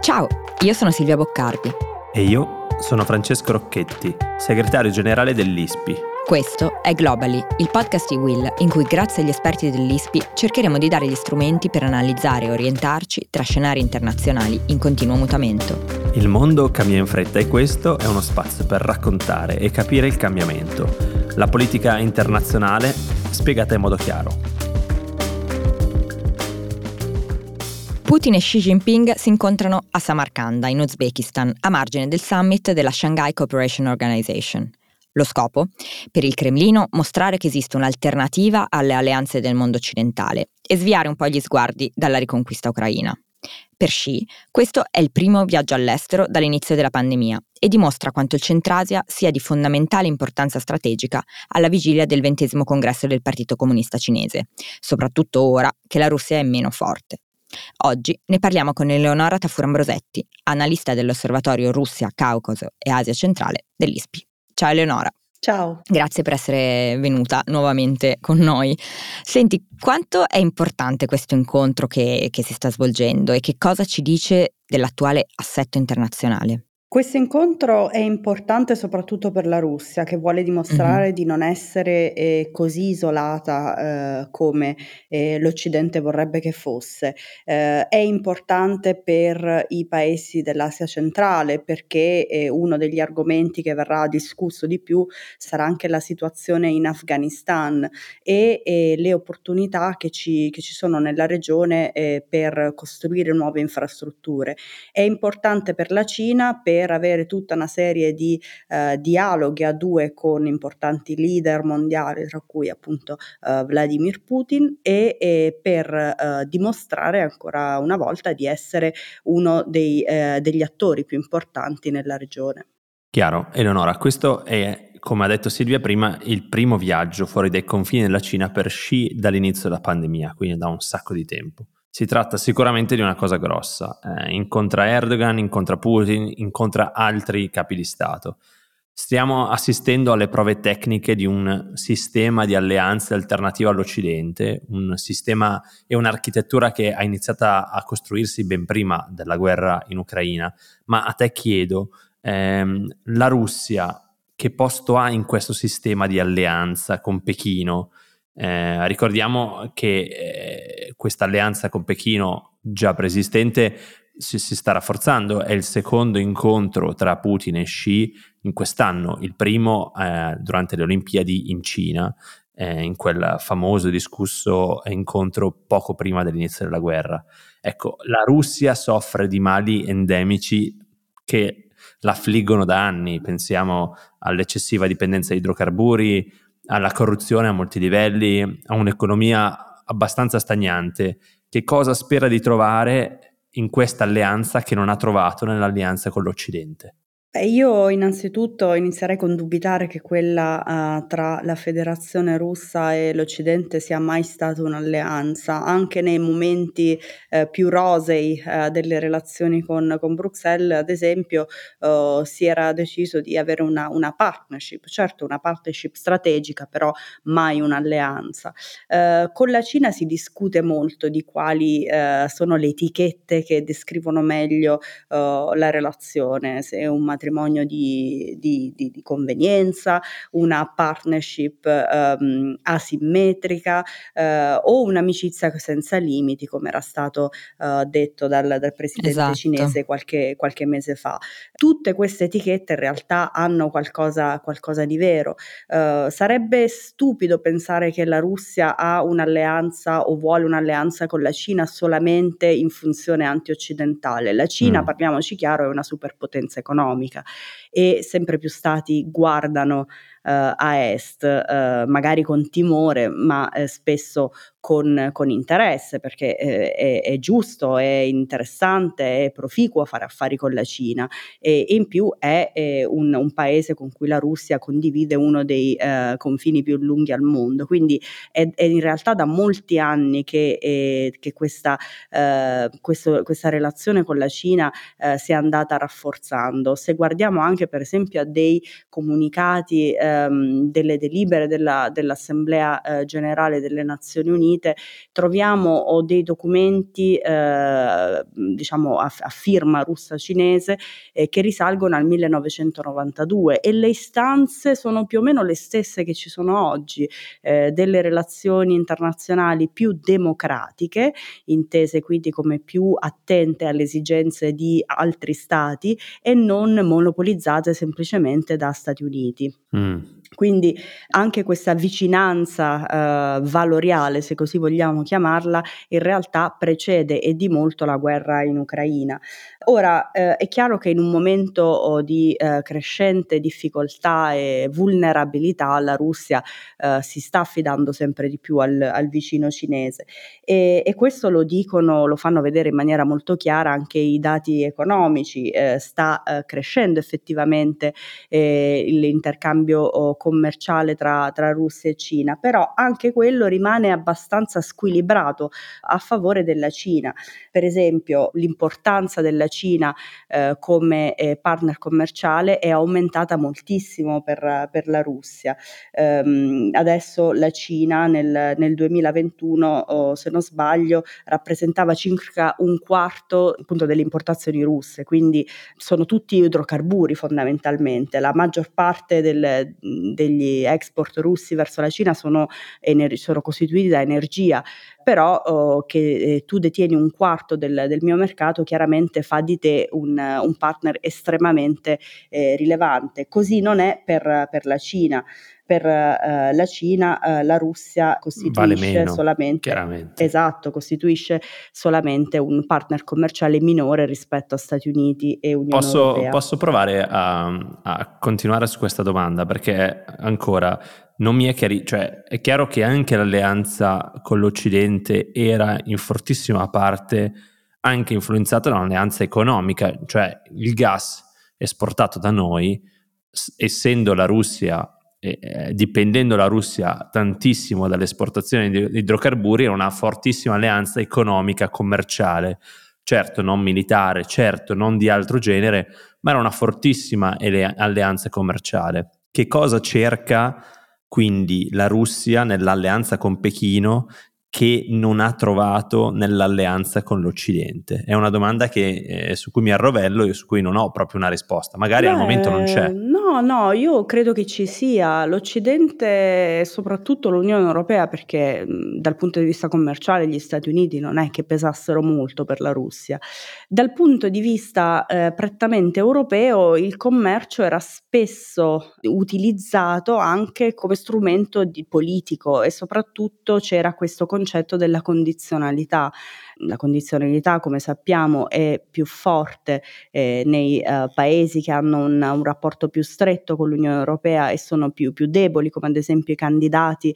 Ciao, io sono Silvia Boccardi. E io sono Francesco Rocchetti, segretario generale dell'ISPI. Questo è Globally, il podcast di Will, in cui grazie agli esperti dell'ISPI cercheremo di dare gli strumenti per analizzare e orientarci tra scenari internazionali in continuo mutamento. Il mondo cambia in fretta e questo è uno spazio per raccontare e capire il cambiamento. La politica internazionale spiegata in modo chiaro. Putin e Xi Jinping si incontrano a Samarcanda, in Uzbekistan, a margine del summit della Shanghai Cooperation Organization. Lo scopo? Per il Cremlino mostrare che esiste un'alternativa alle alleanze del mondo occidentale e sviare un po' gli sguardi dalla riconquista ucraina. Per Xi, questo è il primo viaggio all'estero dall'inizio della pandemia e dimostra quanto il Centrasia sia di fondamentale importanza strategica alla vigilia del 20° congresso del Partito Comunista Cinese, soprattutto ora che la Russia è meno forte. Oggi ne parliamo con Eleonora Tafur-Ambrosetti, analista dell'Osservatorio Russia, Caucaso e Asia Centrale dell'ISPI. Ciao Eleonora. Ciao. Grazie per essere venuta nuovamente con noi. Senti, quanto è importante questo incontro che si sta svolgendo e che cosa ci dice dell'attuale assetto internazionale? Questo incontro è importante soprattutto per la Russia, che vuole dimostrare di non essere così isolata come l'Occidente vorrebbe che fosse. È importante per i paesi dell'Asia centrale perché uno degli argomenti che verrà discusso di più sarà anche la situazione in Afghanistan e le opportunità che ci sono nella regione per costruire nuove infrastrutture. È importante per la Cina per avere tutta una serie di dialoghi a due con importanti leader mondiali, tra cui appunto Vladimir Putin, e per dimostrare ancora una volta di essere uno degli attori più importanti nella regione. Chiaro, Eleonora, questo è, come ha detto Silvia prima, il primo viaggio fuori dai confini della Cina per Xi dall'inizio della pandemia, quindi da un sacco di tempo. Si tratta sicuramente di una cosa grossa. Incontra Erdogan, incontra Putin, incontra altri capi di Stato. Stiamo assistendo alle prove tecniche di un sistema di alleanze alternativa all'Occidente, un sistema e un'architettura che ha iniziato a costruirsi ben prima della guerra in Ucraina. Ma a te chiedo, la Russia che posto ha in questo sistema di alleanza con Pechino? Ricordiamo che questa alleanza con Pechino già preesistente si sta rafforzando, è il secondo incontro tra Putin e Xi in quest'anno, il primo durante le Olimpiadi in Cina, in quel famoso e discusso incontro poco prima dell'inizio della guerra. Ecco, la Russia soffre di mali endemici che l'affliggono da anni, pensiamo all'eccessiva dipendenza da idrocarburi, alla corruzione a molti livelli, a un'economia abbastanza stagnante. Che cosa spera di trovare in questa alleanza che non ha trovato nell'alleanza con l'Occidente? Io innanzitutto inizierei con dubitare che quella tra la Federazione Russa e l'Occidente sia mai stata un'alleanza. Anche nei momenti più rosei delle relazioni con Bruxelles, ad esempio, si era deciso di avere una partnership, certo una partnership strategica, però mai un'alleanza. Con la Cina si discute molto di quali sono le etichette che descrivono meglio la relazione, se è un matrimonio di convenienza, una partnership asimmetrica o un'amicizia senza limiti, come era stato detto dal presidente cinese qualche mese fa. Tutte queste etichette in realtà hanno qualcosa di vero. Sarebbe stupido pensare che la Russia ha un'alleanza o vuole un'alleanza con la Cina solamente in funzione anti-occidentale. La Cina, parliamoci chiaro, è una superpotenza economica e sempre più stati guardano a est, magari con timore, ma spesso con interesse, perché è giusto, è interessante, è proficuo fare affari con la Cina e in più è un paese con cui la Russia condivide uno dei confini più lunghi al mondo, quindi è in realtà da molti anni che questa relazione con la Cina si è andata rafforzando. Se guardiamo anche per esempio a dei comunicati delle delibere dell'Assemblea Generale delle Nazioni Unite troviamo dei documenti diciamo a firma russa cinese che risalgono al 1992, e le istanze sono più o meno le stesse che ci sono oggi, delle relazioni internazionali più democratiche, intese quindi come più attente alle esigenze di altri stati e non monopolizzate semplicemente da Stati Uniti. Quindi anche questa vicinanza valoriale, se così vogliamo chiamarla, in realtà precede e di molto la guerra in Ucraina. Ora è chiaro che in un momento di crescente difficoltà e vulnerabilità la Russia si sta affidando sempre di più al vicino cinese, e questo lo fanno vedere in maniera molto chiara anche i dati economici. Sta crescendo effettivamente l'intercambio commerciale tra Russia e Cina, però anche quello rimane abbastanza squilibrato a favore della Cina. Per esempio, l'importanza della Cina come partner commerciale è aumentata moltissimo per la Russia. Adesso la Cina nel 2021, se non sbaglio, rappresentava circa un quarto appunto delle importazioni russe, quindi sono tutti idrocarburi fondamentalmente. La maggior parte degli export russi verso la Cina sono costituiti da energia, però che tu detieni un quarto del mio mercato chiaramente fa di te un partner estremamente rilevante. Così non è per la Cina. Per la Cina la Russia Vale costituisce meno, solamente chiaramente. esatto, costituisce solamente un partner commerciale minore rispetto a Stati Uniti e Unione Europea. Posso provare a continuare su questa domanda, perché ancora non mi è chiaro, cioè è chiaro che anche l'alleanza con l'Occidente era in fortissima parte anche influenzata da un'alleanza economica, cioè il gas esportato da noi, essendo la Russia, dipendendo la Russia tantissimo dall'esportazione di idrocarburi, era una fortissima alleanza economica, commerciale. Certo non militare, certo non di altro genere, ma era una fortissima alleanza commerciale. Che cosa cerca quindi la Russia nell'alleanza con Pechino che non ha trovato nell'alleanza con l'Occidente? È una domanda su cui mi arrovello e su cui non ho proprio una risposta. Magari al momento non c'è. No, io credo che ci sia. L'Occidente e soprattutto l'Unione Europea, perché dal punto di vista commerciale gli Stati Uniti non è che pesassero molto per la Russia. Dal punto di vista prettamente europeo, il commercio era spesso utilizzato anche come strumento politico, e soprattutto c'era questo concetto della condizionalità. La condizionalità, come sappiamo, è più forte nei paesi che hanno un rapporto più stretto con l'Unione Europea e sono più deboli, come ad esempio i candidati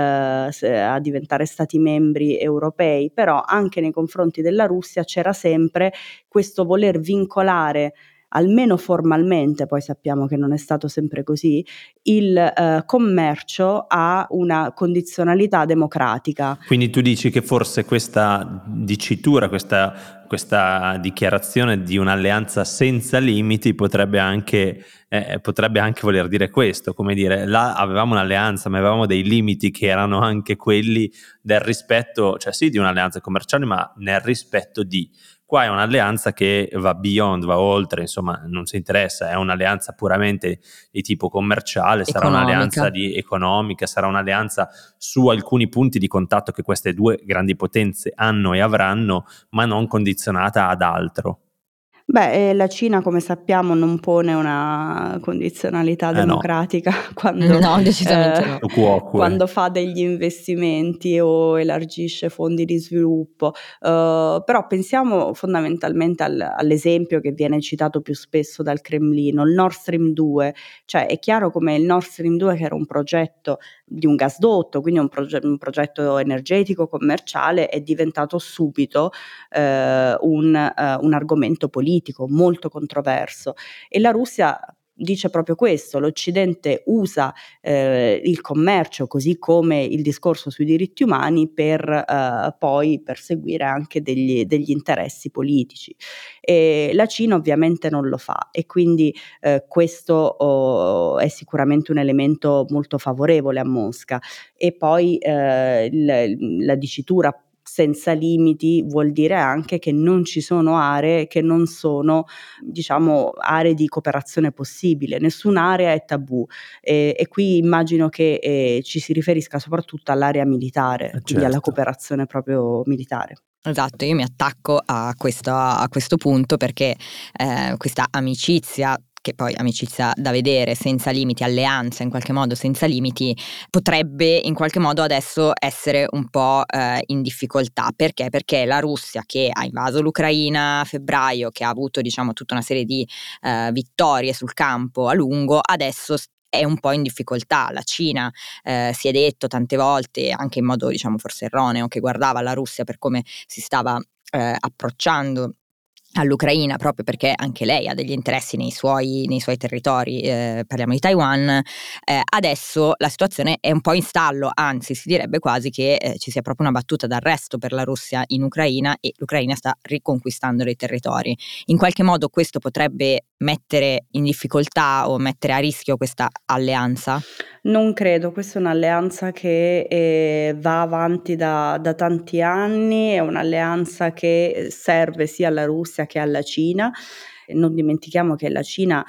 a diventare stati membri europei. Però anche nei confronti della Russia c'era sempre questo voler vincolare, almeno formalmente, poi sappiamo che non è stato sempre così, il commercio a una condizionalità democratica. Quindi tu dici che forse questa dicitura, questa dichiarazione di un'alleanza senza limiti potrebbe anche voler dire questo, come dire, là avevamo un'alleanza ma avevamo dei limiti che erano anche quelli del rispetto, cioè sì, di un'alleanza commerciale, ma nel rispetto di... Qua è un'alleanza che va beyond, va oltre, insomma non si interessa, è un'alleanza puramente di tipo commerciale, sarà un'alleanza economica, sarà un'alleanza su alcuni punti di contatto che queste due grandi potenze hanno e avranno, ma non condizionata ad altro. La Cina, come sappiamo, non pone una condizionalità democratica No, decisamente no. Quando fa degli investimenti o elargisce fondi di sviluppo. Però pensiamo fondamentalmente all'esempio che viene citato più spesso dal Cremlino, il Nord Stream 2. Cioè è chiaro come il Nord Stream 2, che era un progetto di un gasdotto, quindi un progetto energetico commerciale, è diventato subito un argomento politico molto controverso, e la Russia dice proprio questo: l'Occidente usa il commercio, così come il discorso sui diritti umani, per poi perseguire anche degli interessi politici. E la Cina ovviamente non lo fa, e quindi questo è sicuramente un elemento molto favorevole a Mosca. E poi la dicitura senza limiti vuol dire anche che non ci sono aree che non sono, diciamo, aree di cooperazione possibile, nessun'area è tabù, e qui immagino che ci si riferisca soprattutto all'area militare, quindi alla Certo. cooperazione proprio militare. Esatto, io mi attacco a questo punto perché questa amicizia, che poi amicizia da vedere, senza limiti, alleanza in qualche modo senza limiti, potrebbe in qualche modo adesso essere un po' in difficoltà. Perché? Perché la Russia, che ha invaso l'Ucraina a febbraio, che ha avuto, diciamo, tutta una serie di vittorie sul campo a lungo, adesso è un po' in difficoltà. La Cina si è detto tante volte, anche in modo, diciamo, forse erroneo, che guardava la Russia per come si stava approcciando all'Ucraina, proprio perché anche lei ha degli interessi nei suoi territori, parliamo di Taiwan. Adesso la situazione è un po' in stallo, anzi si direbbe quasi che ci sia proprio una battuta d'arresto per la Russia in Ucraina, e l'Ucraina sta riconquistando dei territori. In qualche modo questo potrebbe mettere in difficoltà o mettere a rischio questa alleanza? Non credo, questa è un'alleanza che va avanti da tanti anni, è un'alleanza che serve sia alla Russia che alla Cina. E non dimentichiamo che la Cina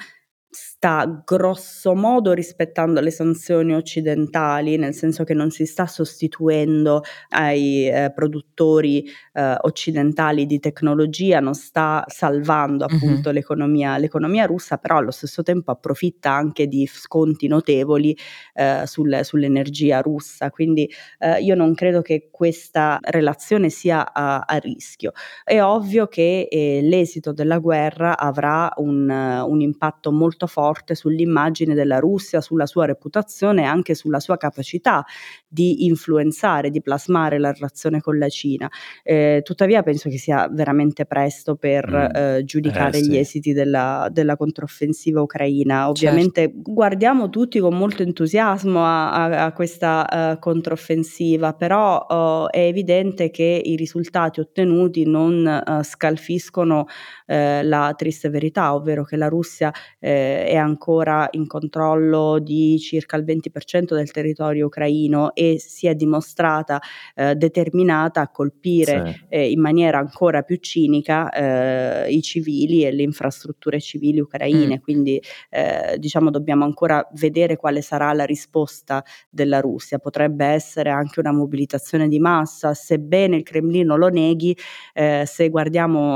sta grosso modo rispettando le sanzioni occidentali, nel senso che non si sta sostituendo ai produttori occidentali di tecnologia, non sta salvando appunto l'economia russa, però allo stesso tempo approfitta anche di sconti notevoli sull'energia russa. Quindi io non credo che questa relazione sia a rischio. È ovvio che l'esito della guerra avrà un impatto molto forte sull'immagine della Russia, sulla sua reputazione e anche sulla sua capacità di influenzare, di plasmare la relazione con la Cina. Tuttavia penso che sia veramente presto per giudicare sì. gli esiti della controffensiva ucraina. Ovviamente guardiamo tutti con molto entusiasmo a questa controffensiva, però è evidente che i risultati ottenuti non scalfiscono la triste verità, ovvero che la Russia è ancora in controllo di circa il 20% del territorio ucraino e si è dimostrata determinata a colpire in maniera ancora più cinica i civili e le infrastrutture civili ucraine. Quindi diciamo dobbiamo ancora vedere quale sarà la risposta della Russia. Potrebbe essere anche una mobilitazione di massa, sebbene il Cremlino lo neghi. Se guardiamo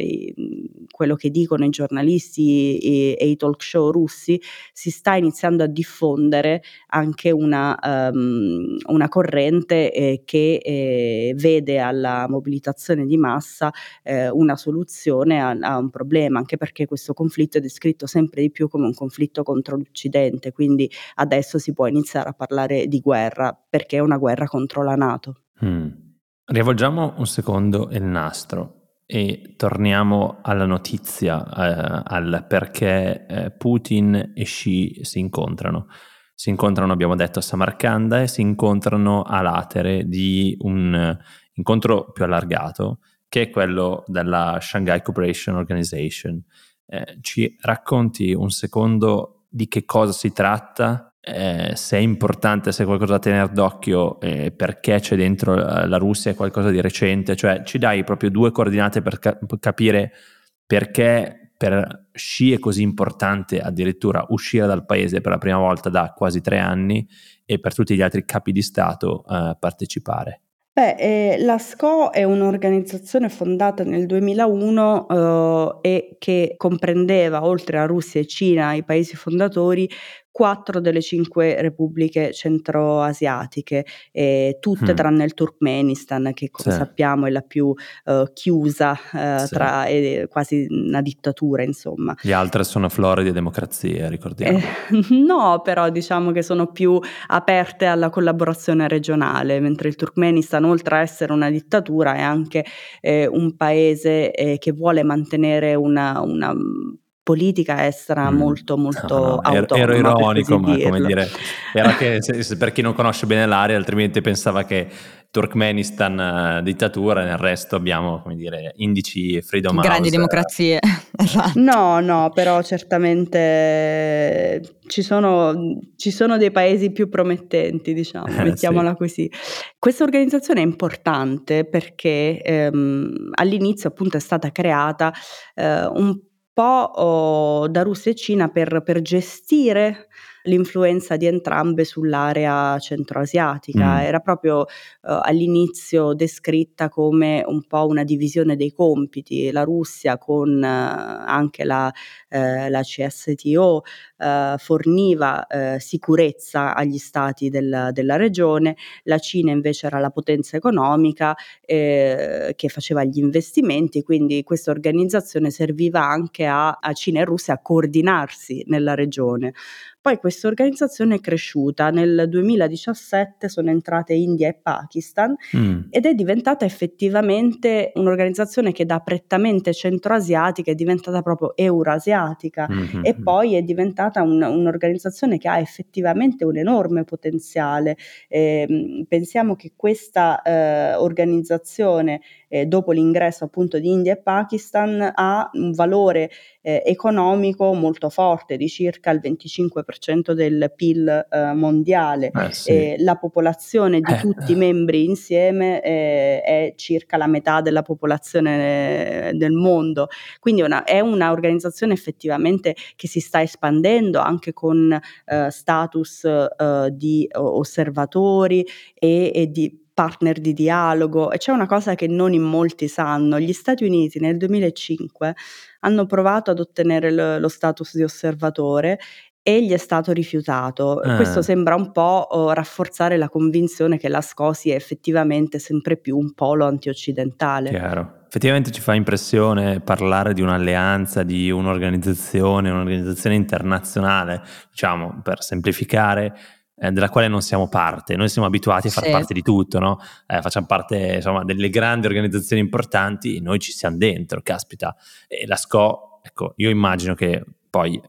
quello che dicono i giornalisti e i talk show russi, si sta iniziando a diffondere anche una corrente che vede alla mobilitazione di massa una soluzione a un problema, anche perché questo conflitto è descritto sempre di più come un conflitto contro l'Occidente, quindi adesso si può iniziare a parlare di guerra, perché è una guerra contro la NATO. Riavvolgiamo un secondo il nastro e torniamo alla notizia, al perché Putin e Xi si incontrano. Si incontrano, abbiamo detto, a Samarcanda, e si incontrano a latere di un incontro più allargato, che è quello della Shanghai Cooperation Organization. Ci racconti un secondo di che cosa si tratta? Se è importante, se è qualcosa da tenere d'occhio, perché c'è dentro la Russia, è qualcosa di recente, cioè ci dai proprio due coordinate per capire perché per Xi è così importante addirittura uscire dal paese per la prima volta da quasi 3 anni, e per tutti gli altri capi di Stato partecipare. La SCO è un'organizzazione fondata nel 2001 e che comprendeva, oltre a Russia e Cina, i paesi fondatori, 4 delle 5 repubbliche centroasiatiche, tutte tranne il Turkmenistan, che come sappiamo è la più chiusa, tra quasi una dittatura, insomma. Le altre sono Florida e democrazie, ricordiamo. No, però diciamo che sono più aperte alla collaborazione regionale, mentre il Turkmenistan, oltre a essere una dittatura, è anche un paese che vuole mantenere una politica estera molto molto ero autonoma, per ironico, così ma come dirlo. dire, era che per chi non conosce bene l'area, altrimenti pensava che Turkmenistan dittatura e nel resto abbiamo, come dire, indici Freedom grandi House. democrazie. Esatto. No, però certamente ci sono dei paesi più promettenti, diciamo, Sì. mettiamola così. Questa organizzazione è importante perché all'inizio appunto è stata creata un po' da Russia e Cina per gestire l'influenza di entrambe sull'area centroasiatica. Era proprio all'inizio descritta come un po' una divisione dei compiti. La Russia con anche la CSTO forniva sicurezza agli stati della regione, la Cina invece era la potenza economica che faceva gli investimenti, quindi questa organizzazione serviva anche a Cina e Russia a coordinarsi nella regione. Poi questa organizzazione è cresciuta, nel 2017 sono entrate India e Pakistan ed è diventata effettivamente un'organizzazione che da prettamente centroasiatica è diventata proprio eurasiatica e poi è diventata un'organizzazione che ha effettivamente un enorme potenziale. Pensiamo che questa organizzazione dopo l'ingresso appunto di India e Pakistan ha un valore economico molto forte, di circa il 25% del PIL mondiale. Sì. La popolazione di tutti i membri insieme è circa la metà della popolazione del mondo, quindi è una organizzazione effettivamente che si sta espandendo anche con status di osservatori e di partner di dialogo. E c'è una cosa che non in molti sanno: gli Stati Uniti nel 2005 hanno provato ad ottenere lo status di osservatore e gli è stato rifiutato. Questo sembra un po' rafforzare la convinzione che la SCO sia effettivamente sempre più un polo antioccidentale. Chiaro. Effettivamente ci fa impressione parlare di un'alleanza, di un'organizzazione internazionale, diciamo, per semplificare, della quale non siamo parte. Noi siamo abituati a far parte di tutto, no? Facciamo parte, insomma, delle grandi organizzazioni importanti, noi ci siamo dentro, caspita. E la SCO, ecco, io immagino che poi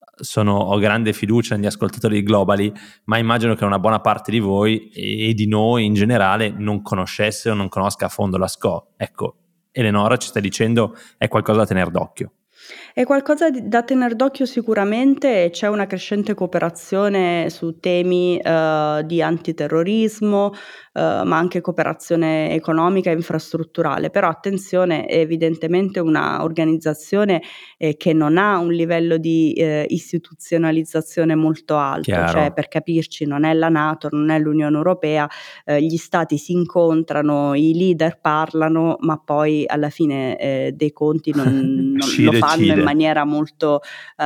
ho grande fiducia negli ascoltatori di Globally, ma immagino che una buona parte di voi e di noi in generale non conoscesse o non conosca a fondo la SCO. Ecco, Eleonora ci sta dicendo è qualcosa da tenere d'occhio. È qualcosa da tener d'occhio sicuramente, e c'è una crescente cooperazione su temi di antiterrorismo, ma anche cooperazione economica e infrastrutturale. Però attenzione, è evidentemente una organizzazione che non ha un livello di istituzionalizzazione molto alto. Chiaro. Cioè, per capirci, non è la NATO, non è l'Unione Europea, gli stati si incontrano, i leader parlano, ma poi alla fine dei conti non lo fanno in maniera molto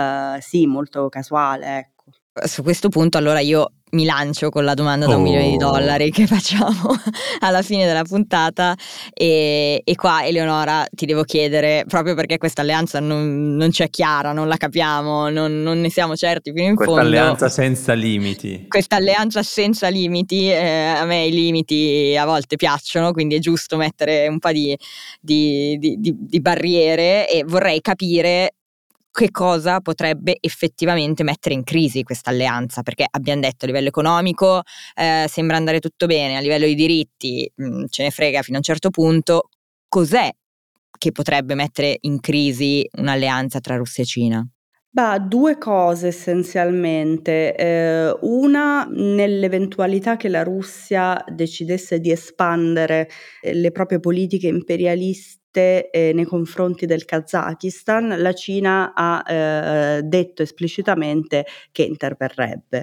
molto casuale, ecco. Su questo punto allora io mi lancio con la domanda da $1 milione che facciamo alla fine della puntata e qua Eleonora ti devo chiedere, proprio perché questa alleanza non c'è chiara, non la capiamo, non ne siamo certi fino in fondo. Questa alleanza senza limiti. Questa alleanza senza limiti, a me i limiti a volte piacciono, quindi è giusto mettere un po' di barriere e vorrei capire che cosa potrebbe effettivamente mettere in crisi questa alleanza, perché abbiamo detto a livello economico sembra andare tutto bene, a livello di diritti ce ne frega fino a un certo punto. Cos'è che potrebbe mettere in crisi un'alleanza tra Russia e Cina? Due cose essenzialmente. Una, nell'eventualità che la Russia decidesse di espandere le proprie politiche imperialiste nei confronti del Kazakistan, la Cina ha detto esplicitamente che interverrebbe.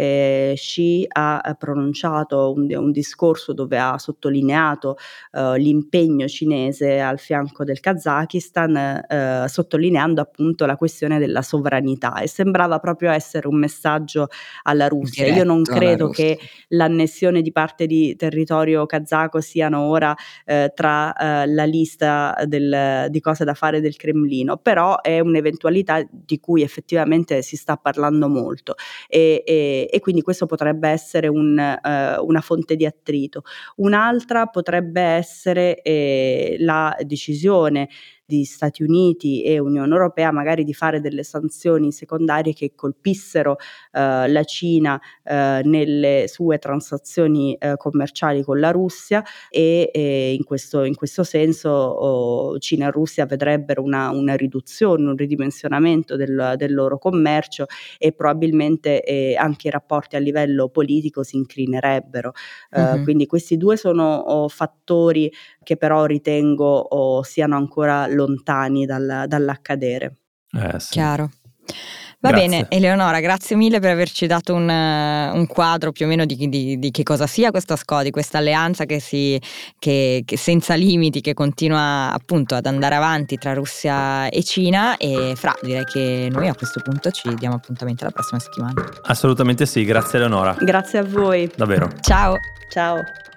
Xi ha pronunciato un discorso dove ha sottolineato l'impegno cinese al fianco del Kazakistan, sottolineando appunto la questione della sovranità, e sembrava proprio essere un messaggio alla Russia. Io non credo che l'annessione di parte di territorio kazako siano ora tra la lista di cose da fare del Cremlino, però è un'eventualità di cui effettivamente si sta parlando molto e quindi questo potrebbe essere una fonte di attrito. Un'altra potrebbe essere la decisione di Stati Uniti e Unione Europea, magari di fare delle sanzioni secondarie che colpissero la Cina nelle sue transazioni commerciali con la Russia, e in questo senso Cina e Russia vedrebbero una riduzione, un ridimensionamento del loro commercio, e probabilmente anche i rapporti a livello politico si incrinerebbero. Quindi questi due sono fattori che però ritengo siano ancora lontani dall'accadere. Sì. Chiaro. Va Grazie. bene, Eleonora, grazie mille per averci dato un quadro più o meno di che cosa sia questa SCODI, questa alleanza che senza limiti, che continua appunto ad andare avanti tra Russia e Cina. E direi che noi a questo punto ci diamo appuntamento la prossima settimana. Assolutamente sì, grazie Eleonora. Grazie a voi. Davvero. Ciao. Ciao.